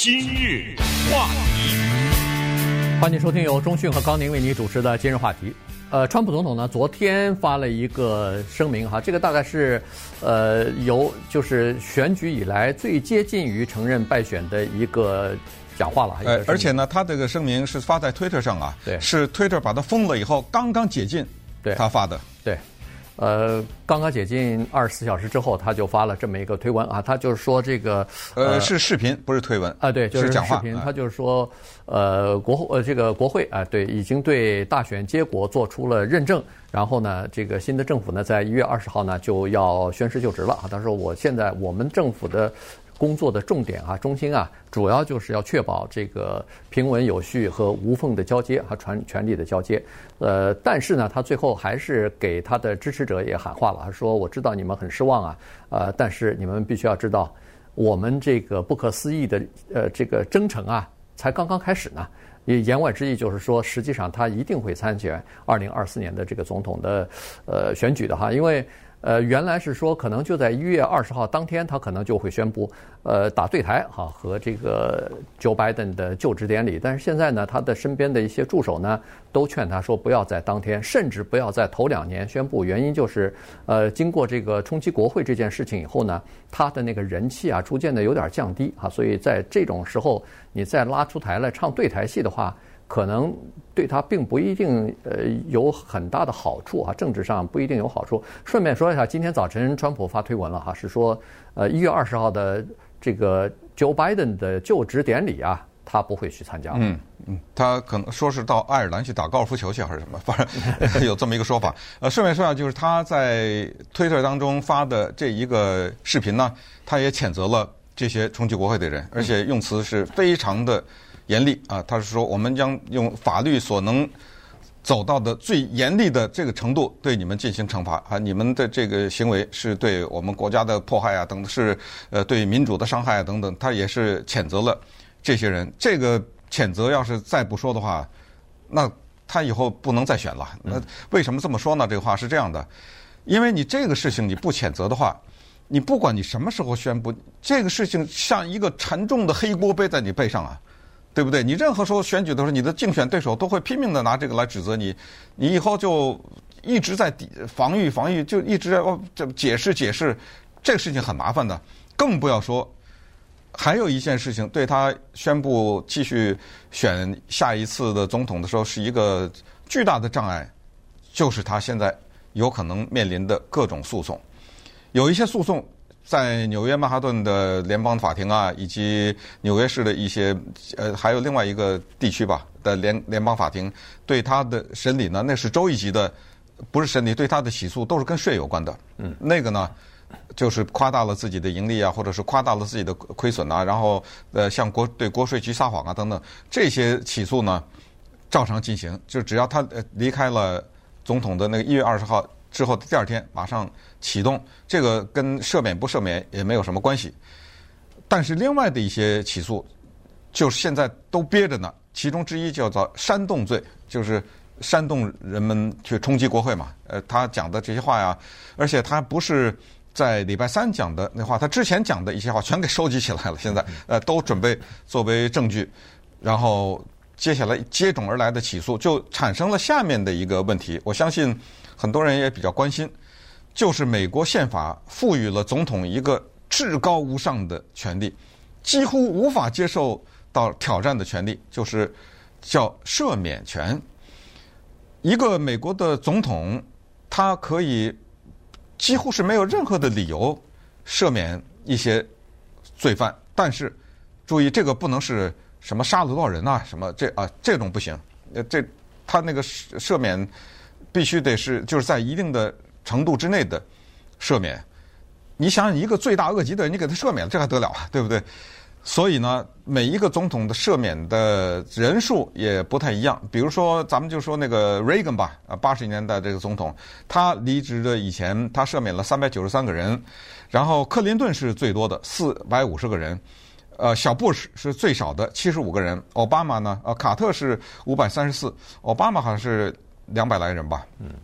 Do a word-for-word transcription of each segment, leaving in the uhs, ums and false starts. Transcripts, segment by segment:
今日话题， 欢迎收听由钟讯和高宁为你主持的今日话题。呃，川普总统呢，昨天发了一个声明哈，这个大概是，呃，由就是选举以来最接近于承认败选的一个讲话了。 呃，而且呢，他这个声明是发在推特上啊， 对， 是推特把它封了以后刚刚解禁， 对， 他发的， 对。呃，刚刚解禁二十四小时之后，他就发了这么一个推文啊，他就是说这个呃是视频，不是推文啊，对，就是视讲话频，他就是说呃国呃这个国会啊，对，已经对大选结果做出了认证，然后呢，这个新的政府呢，在一月二十号呢就要宣誓就职了啊。他说，我现在我们政府的工作的重点啊，中心啊，主要就是要确保这个平稳有序和无缝的交接和传权力的交接。呃，但是呢，他最后还是给他的支持者也喊话了，他说：“我知道你们很失望啊，呃，但是你们必须要知道，我们这个不可思议的呃这个征程啊，才刚刚开始呢。”也言外之意就是说，实际上他一定会参选二零二四年的这个总统的呃选举的哈，因为。呃，原来是说可能就在一月二十号当天，他可能就会宣布，呃，打对台哈和这个 Joe Biden 的就职典礼。但是现在呢，他的身边的一些助手呢，都劝他说不要在当天，甚至不要在头两年宣布。原因就是，呃，经过这个冲击国会这件事情以后呢，他的那个人气啊，逐渐的有点降低啊。所以在这种时候，你再拉出台来唱对台戏的话，可能对他并不一定呃有很大的好处啊，政治上不一定有好处。顺便说一下，今天早晨川普发推文了哈，是说呃一月二十号的这个 Joe Biden 的就职典礼啊，他不会去参加。 嗯嗯，他可能说是到爱尔兰去打高尔夫球去还是什么，反正有这么一个说法。呃，顺便说一下，就是他在推特当中发的这一个视频呢，他也谴责了这些冲击国会的人，而且用词是非常的严厉啊！他是说，我们将用法律所能走到的最严厉的这个程度对你们进行惩罚啊！你们的这个行为是对我们国家的迫害啊，等是呃对民主的伤害啊，等等。他也是谴责了这些人。这个谴责要是再不说的话，那他以后不能再选了。那为什么这么说呢？这个话是这样的，因为你这个事情你不谴责的话，你不管你什么时候宣布，这个事情像一个沉重的黑锅背在你背上啊。对不对？你任何时候选举的时候，你的竞选对手都会拼命的拿这个来指责你，你以后就一直在防御防御，就一直在哦这解释解释，这个事情很麻烦的。更不要说还有一件事情，对他宣布继续选下一次的总统的时候，是一个巨大的障碍，就是他现在有可能面临的各种诉讼，有一些诉讼。在纽约曼哈顿的联邦法庭啊，以及纽约市的一些呃，还有另外一个地区吧的联联邦法庭，对他的审理呢，那是州一级的，不是审理，对他的起诉都是跟税有关的。嗯，那个呢，就是夸大了自己的盈利啊，或者是夸大了自己的亏损啊，然后呃，向国对国税局撒谎啊等等，这些起诉呢，照常进行，就只要他呃离开了总统的那个一月二十号之后的第二天，马上启动，这个跟赦免不赦免也没有什么关系。但是另外的一些起诉，就是现在都憋着呢。其中之一叫做煽动罪，就是煽动人们去冲击国会嘛。呃，他讲的这些话呀，而且他不是在礼拜三讲的那话，他之前讲的一些话全给收集起来了，现在呃都准备作为证据，然后接下来接踵而来的起诉，就产生了下面的一个问题，我相信很多人也比较关心，就是美国宪法赋予了总统一个至高无上的权利，几乎无法接受到挑战的权利，就是叫赦免权。一个美国的总统，他可以几乎是没有任何的理由赦免一些罪犯，但是注意，这个不能是什么杀了多少人啊，什么这啊这种不行，呃，这他那个赦免必须得是就是在一定的程度之内的赦免。你想想，一个罪大恶极的人，你给他赦免了，这还得了啊，对不对？所以呢，每一个总统的赦免的人数也不太一样。比如说，咱们就说那个 Reagan 吧，啊，八十年代这个总统，他离职的以前，他赦免了三百九十三个人，然后克林顿是最多的四百五十个人，呃，小布什是最少的七十五个人，奥巴马呢，呃，卡特是五百三十四，奥巴马好像是两百来人吧。嗯，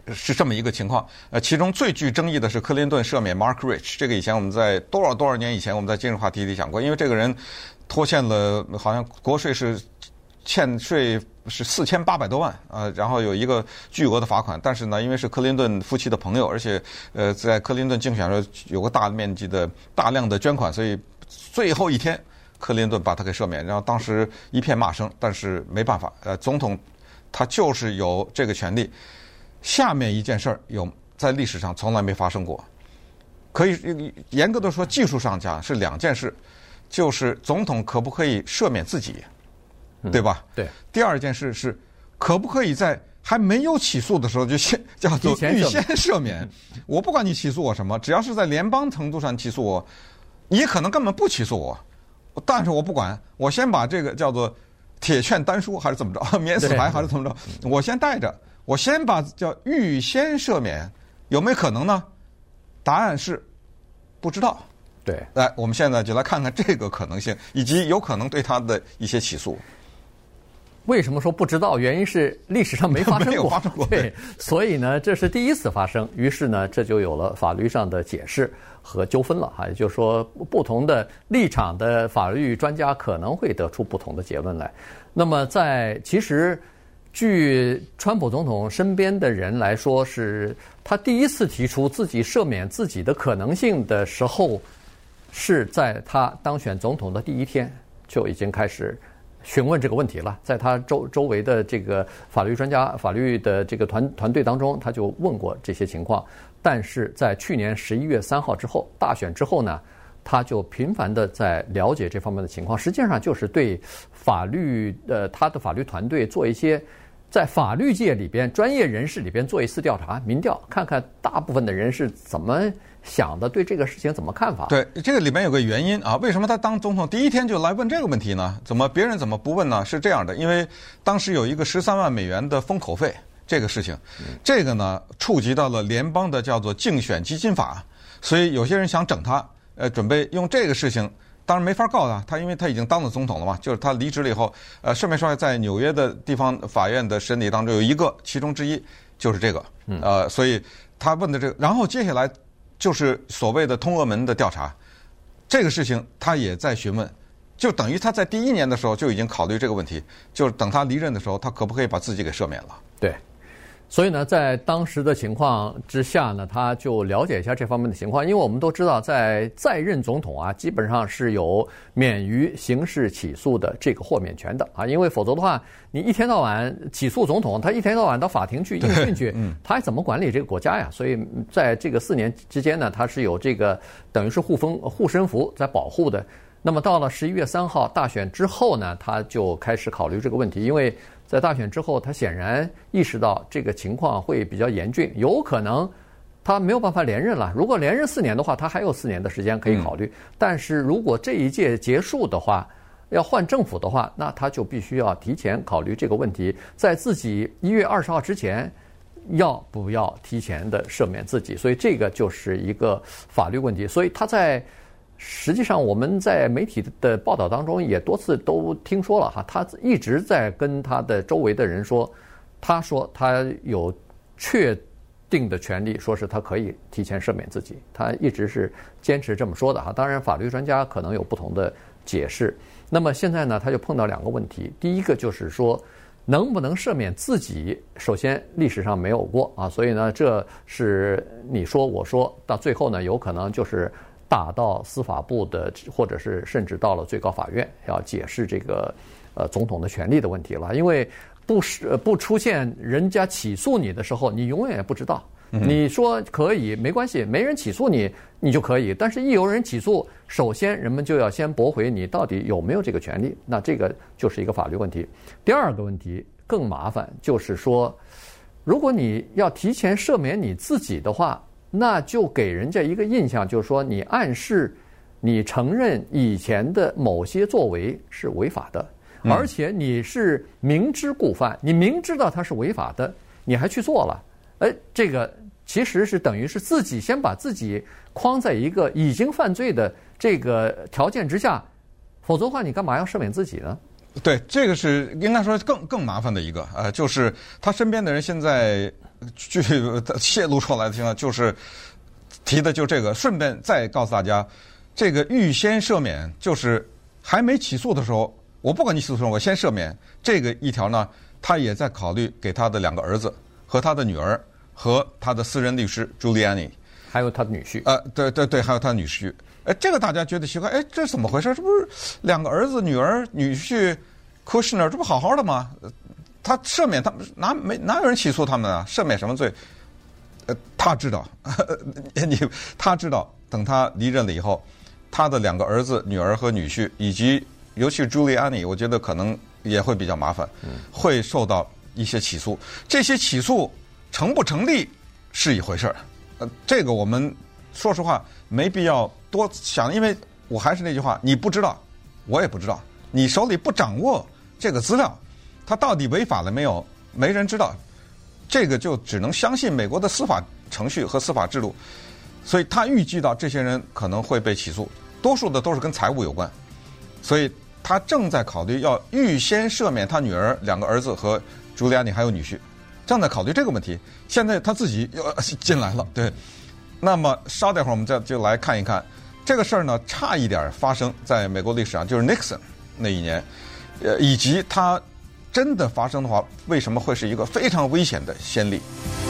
是这么一个情况。呃，其中最具争议的是克林顿赦免 Mark Rich， 这个以前我们在多少多少年以前我们在今日话题里讲过，因为这个人拖欠了好像国税是欠税是四千八百多万啊、呃，然后有一个巨额的罚款，但是呢，因为是克林顿夫妻的朋友，而且呃在克林顿竞选的时候有个大面积的大量的捐款，所以最后一天克林顿把他给赦免，然后当时一片骂声，但是没办法，呃，总统他就是有这个权利。下面一件事儿有在历史上从来没发生过，可以严格的说，技术上讲是两件事，就是总统可不可以赦免自己，对吧？ 对。 第二件事是可不可以在还没有起诉的时候就先叫做预先赦免？我不管你起诉我什么，只要是在联邦程度上起诉我，你可能根本不起诉我，但是我不管，我先把这个叫做铁券丹书还是怎么着，免死牌还是怎么着，我先带着。我先把叫预先赦免，有没有可能呢？答案是不知道。 对， 来，我们现在就来看看这个可能性，以及有可能对他的一些起诉。 为什么说不知道？原因是历史上没发生过， 没有发生过。 对，所以呢，这是第一次发生，于是呢，这就有了法律上的解释和纠纷了哈。也就是说，不同的立场的法律专家可能会得出不同的结论来。那么在其实。据川普总统身边的人来说，是他第一次提出自己赦免自己的可能性的时候，是在他当选总统的第一天就已经开始询问这个问题了。在他周周围的这个法律专家、法律的这个团团队当中，他就问过这些情况。但是在去年十一月三号之后，大选之后呢，他就频繁的在了解这方面的情况，实际上就是对法律呃他的法律团队做一些。在法律界里边，专业人士里边做一次调查、民调，看看大部分的人是怎么想的，对这个事情怎么看法？ 对，这个里面有个原因啊，为什么他当总统第一天就来问这个问题呢？怎么别人怎么不问呢？是这样的，因为当时有一个十三万美元的封口费这个事情，这个呢触及到了联邦的叫做竞选基金法，所以有些人想整他，呃，准备用这个事情。当然没法告他，他因为他已经当了总统了嘛，就是他离职了以后，呃，顺便说在纽约的地方法院的审理当中有一个，其中之一就是这个，呃，所以他问的这个，然后接下来就是所谓的通俄门的调查，这个事情他也在询问，就等于他在第一年的时候就已经考虑这个问题，就是等他离任的时候，他可不可以把自己给赦免了？ 对。所以呢，在当时的情况之下呢，他就了解一下这方面的情况。因为我们都知道，在在任总统啊，基本上是有免于刑事起诉的这个豁免权的啊。因为否则的话，你一天到晚起诉总统，他一天到晚到法庭去应讯去，他还怎么管理这个国家呀？所以在这个四年之间呢，他是有这个等于是护封护身符在保护的。那么到了十一月三号大选之后呢，他就开始考虑这个问题，因为在大选之后，他显然意识到这个情况会比较严峻，有可能他没有办法连任了。如果连任四年的话，他还有四年的时间可以考虑。但是如果这一届结束的话，要换政府的话，那他就必须要提前考虑这个问题，在自己一月二十号之前，要不要提前的赦免自己？所以这个就是一个法律问题。所以他在。实际上，我们在媒体的报道当中也多次都听说了哈，他一直在跟他的周围的人说，他说他有确定的权利，说是他可以提前赦免自己，他一直是坚持这么说的哈。当然，法律专家可能有不同的解释。那么现在呢，他就碰到两个问题，第一个就是说，能不能赦免自己？首先，历史上没有过啊，所以呢，这是你说我说，到最后呢，有可能就是。打到司法部的，或者是甚至到了最高法院，要解释这个呃总统的权利的问题了。因为不是不出现人家起诉你的时候，你永远也不知道。你说可以没关系，没人起诉你，你就可以。但是，一有人起诉，首先人们就要先驳回你到底有没有这个权利。那这个就是一个法律问题。第二个问题更麻烦，就是说，如果你要提前赦免你自己的话。那就给人家一个印象，就是说你暗示你承认以前的某些作为是违法的，而且你是明知故犯，你明知道它是违法的，你还去做了，哎，这个其实是等于是自己先把自己框在一个已经犯罪的这个条件之下，否则的话你干嘛要赦免自己呢？ 对，这个是应该说更更麻烦的一个，呃，就是他身边的人现在据泄露出来的情况，就是提的就这个。顺便再告诉大家，这个预先赦免就是还没起诉的时候，我不管你起诉的时候，我先赦免这个一条呢，他也在考虑给他的两个儿子和他的女儿和他的私人律师 Giuliani， 还有他的女婿。 呃，对对对，还有他的女婿。哎，这个大家觉得奇怪，哎，这怎么回事？这不是两个儿子、女儿、女婿 Kushner 这不好好的吗？他赦免他们，哪没哪有人起诉他们啊？赦免什么罪？呃，他知道，你他知道，等他离任了以后，他的两个儿子、女儿和女婿，以及尤其是 Giuliani， 我觉得可能也会比较麻烦，会受到一些起诉。这些起诉成不成立是一回事儿，呃，这个我们说实话没必要多想，因为我还是那句话，你不知道，我也不知道，你手里不掌握这个资料，他到底违法了没有，没人知道。这个就只能相信美国的司法程序和司法制度，所以他预计到这些人可能会被起诉，多数的都是跟财务有关，所以他正在考虑要预先赦免他女儿两个儿子和朱利安尼还有女婿，正在考虑这个问题。现在他自己又进来了，对。那么稍待会儿我们再就来看一看这个事儿呢，差一点发生在美国历史上，就是 Nixon 那一年，呃，以及他真的发生的话，为什么会是一个非常危险的先例？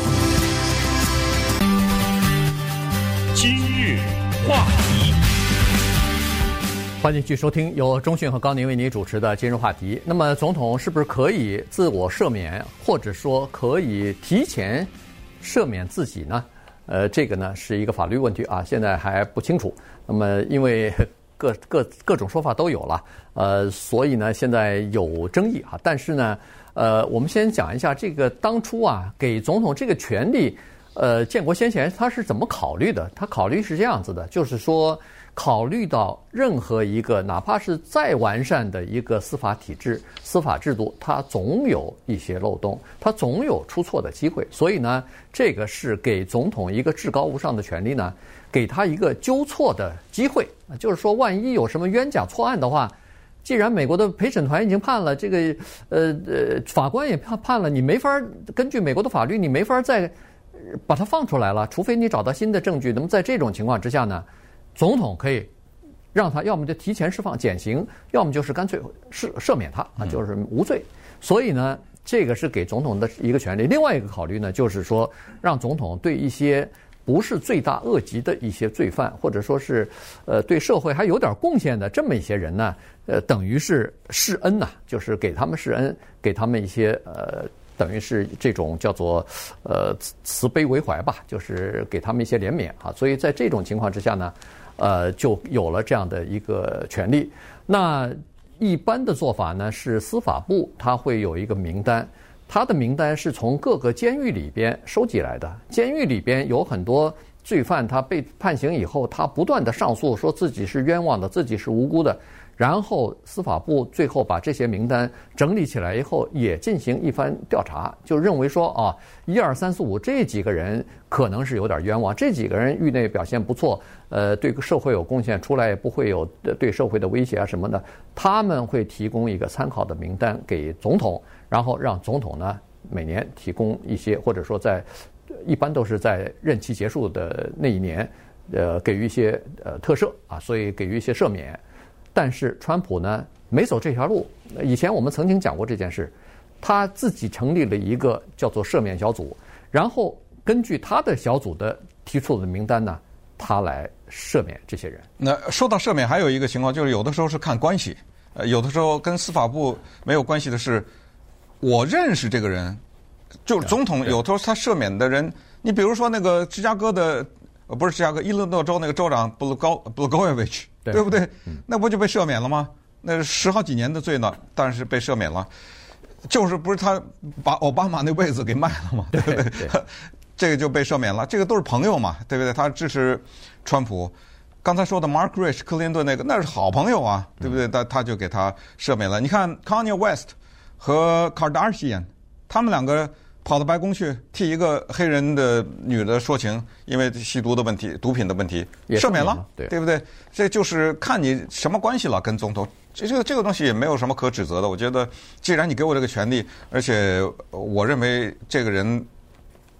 今日话题， 欢迎继续收听由钟迅和高宁为你主持的今日话题。那么，总统是不是可以自我赦免，或者说可以提前赦免自己呢？呃，这个呢是一个法律问题啊，现在还不清楚。那么，因为各各各种说法都有了，呃，所以呢，现在有争议啊。但是呢，呃，我们先讲一下这个当初啊，给总统这个权利，呃，建国先贤他是怎么考虑的？他考虑是这样子的，就是说，考虑到任何一个哪怕是再完善的一个司法体制、司法制度，它总有一些漏洞，它总有出错的机会。所以呢，这个是给总统一个至高无上的权利呢，给他一个纠错的机会。就是说，万一有什么冤假错案的话，既然美国的陪审团已经判了，这个呃呃法官也判判了，你没法根据美国的法律，你没法再把它放出来了，除非你找到新的证据。那么在这种情况之下呢，总统可以让他要么就提前释放减刑，要么就是干脆赦赦免他啊，就是无罪。所以呢，这个是给总统的一个权利。另外一个考虑呢，就是说让总统对一些不是罪大恶极的一些罪犯，或者说是呃对社会还有点贡献的这么一些人呢，呃，等于是施恩呐、啊，就是给他们施恩，给他们一些呃。等于是这种叫做呃慈悲为怀吧，就是给他们一些怜悯啊。所以在这种情况之下呢，呃，就有了这样的一个权利。那一般的做法呢，是司法部它会有一个名单，它的名单是从各个监狱里边收集来的。监狱里边有很多罪犯，他被判刑以后，他不断的上诉，说自己是冤枉的，自己是无辜的。然后司法部最后把这些名单整理起来以后，也进行一番调查，就认为说啊，一二三四五这几个人可能是有点冤枉，这几个人狱内表现不错，呃，对社会有贡献，出来也不会有对社会的威胁啊什么的，他们会提供一个参考的名单给总统，然后让总统呢每年提供一些，或者说在一般都是在任期结束的那一年，呃，给予一些呃特赦啊，所以给予一些赦免。但是川普呢没走这条路。以前我们曾经讲过这件事，他自己成立了一个叫做赦免小组，然后根据他的小组的提出的名单呢，他来赦免这些人。 那说到赦免，还有一个情况就是有的时候是看关系，呃，有的时候跟司法部没有关系的是，我认识这个人，就是总统有的时候他赦免的人，你比如说那个芝加哥的。呃，不是芝加哥，伊利诺州那个州长布鲁高布鲁高耶维奇，对不对？那不就被赦免了吗？那是十好几年的罪呢，但是被赦免了，就是不是他把奥巴马那位子给卖了吗？对不对？对对这个就被赦免了，这个都是朋友嘛，对不对？他支持川普，刚才说的 Mark Rich 克林顿那个，那是好朋友啊，对不对？他他就给他赦免了。你看 Kanye West 和 Kardashian， 他们两个。跑到白宫去替一个黑人的女的说情，因为吸毒的问题、毒品的问题，赦免了， 对对不对？这就是看你什么关系了，跟总统。这这个这个东西也没有什么可指责的。我觉得，既然你给我这个权利，而且我认为这个人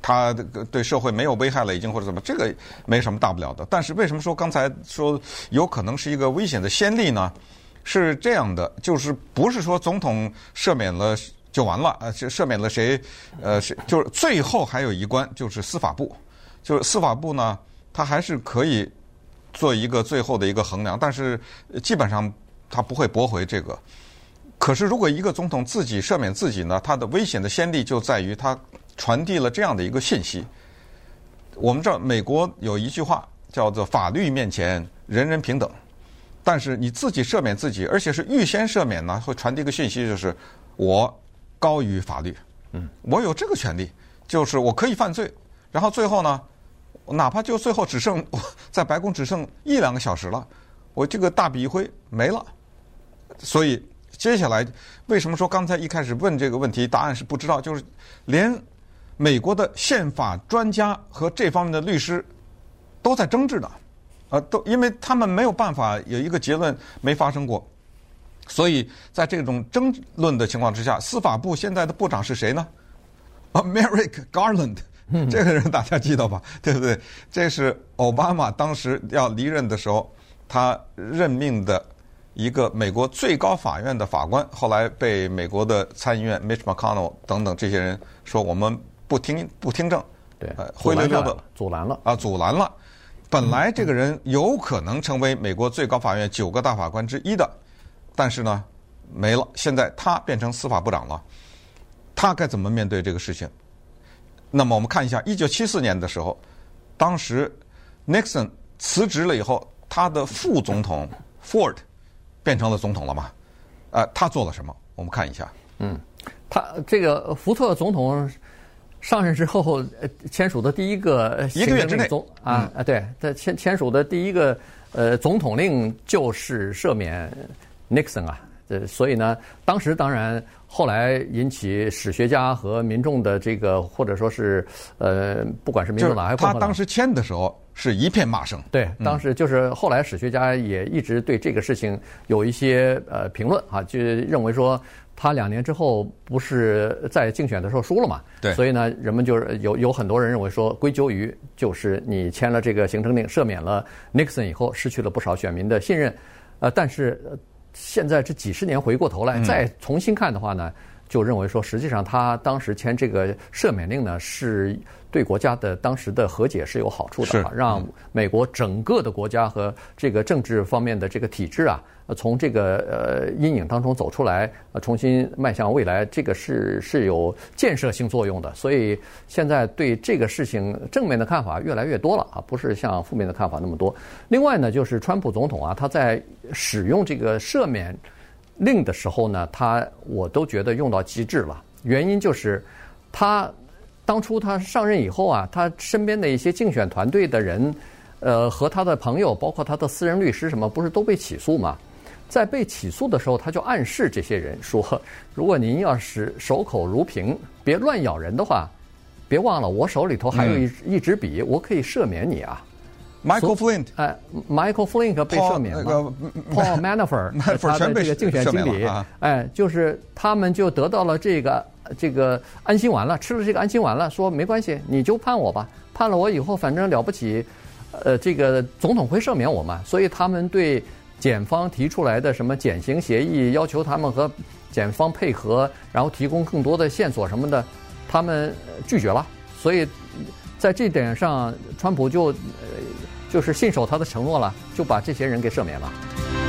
他对社会没有危害了，已经或者怎么，这个没什么大不了的。但是为什么说刚才说有可能是一个危险的先例呢？是这样的，就是不是说总统赦免了就完了，呃，赦免了谁，呃，是就是最后还有一关，就是司法部，就是司法部呢，他还是可以做一个最后的一个衡量，但是基本上他不会驳回这个。可是如果一个总统自己赦免自己呢，他的危险的先例就在于他传递了这样的一个信息。我们知道美国有一句话叫做法律面前人人平等，但是你自己赦免自己，而且是预先赦免呢，会传递一个信息，就是我高于法律，嗯，我有这个权利，就是我可以犯罪，然后最后呢，哪怕就最后只剩在白宫只剩一两个小时了，我这个大笔一挥没了。所以接下来为什么说刚才一开始问这个问题，答案是不知道，就是连美国的宪法专家和这方面的律师都在争执呢，呃，都因为他们没有办法有一个结论没发生过，所以在这种争论的情况之下，司法部现在的部长是谁呢？啊 ，Merrick Garland， 这个人大家记得吧？对不对？这是奥巴马当时要离任的时候，他任命的一个美国最高法院的法官，后来被美国的参议院 Mitch McConnell 等等这些人说我们不听不听证， 对， 呃，灰溜溜的阻拦了啊，阻拦了。本来这个人有可能成为美国最高法院九个大法官之一的，但是呢，没了。现在他变成司法部长了，他该怎么面对这个事情？那么我们看一下，一九七四年的时候，当时 Nixon 辞职了以后，他的副总统 Ford 变成了总统了嘛？呃，他做了什么？我们看一下。 嗯，他这个福特总统上任之后签署的第一个一个月之内总啊啊，对，他签签署的第一个呃总统令就是赦免 Nixon 啊。呃，所以呢，当时当然后来引起史学家和民众的这个，或者说是呃，不管是民主党还是共和党， 他当时签的时候是一片骂声。 对，当时就是后来史学家也一直对这个事情有一些呃评论啊，就认为说他两年之后不是在竞选的时候输了嘛， 对， 所以呢，人们就是有有很多人认为说归咎于就是你签了这个行政令赦免了 Nixon 以后，失去了不少选民的信任，呃，但是。现在这几十年回过头来再重新看的话呢，就认为说，实际上他当时签这个赦免令呢，是对国家的当时的和解是有好处的，让美国整个的国家和这个政治方面的这个体制啊，从这个呃阴影当中走出来，呃，重新迈向未来，这个是是有建设性作用的。所以现在对这个事情正面的看法越来越多了啊，不是像负面的看法那么多。另外呢，就是川普总统啊，他在使用这个赦免令的时候呢，他我都觉得用到极致了。原因就是他当初他上任以后啊，他身边的一些竞选团队的人，呃，和他的朋友，包括他的私人律师什么，不是都被起诉吗？在被起诉的时候，他就暗示这些人说，如果您要是守口如瓶，别乱咬人的话，别忘了我手里头还有一、嗯、一支笔，我可以赦免你啊。 Michael Flint， 哎 ，Michael Flint 被赦免了 ，Paul, Paul Manafort 他的这个竞选经理， 啊、 哎，就是他们就得到了这个这个安心丸了，吃了这个安心丸了，说没关系，你就判我吧，判了我以后反正了不起，呃，这个总统会赦免我嘛，所以他们对检方提出来的什么减刑协议，要求他们和检方配合，然后提供更多的线索什么的，他们拒绝了，所以在这点上，川普就呃。就是信守他的承诺了，就把这些人给赦免了。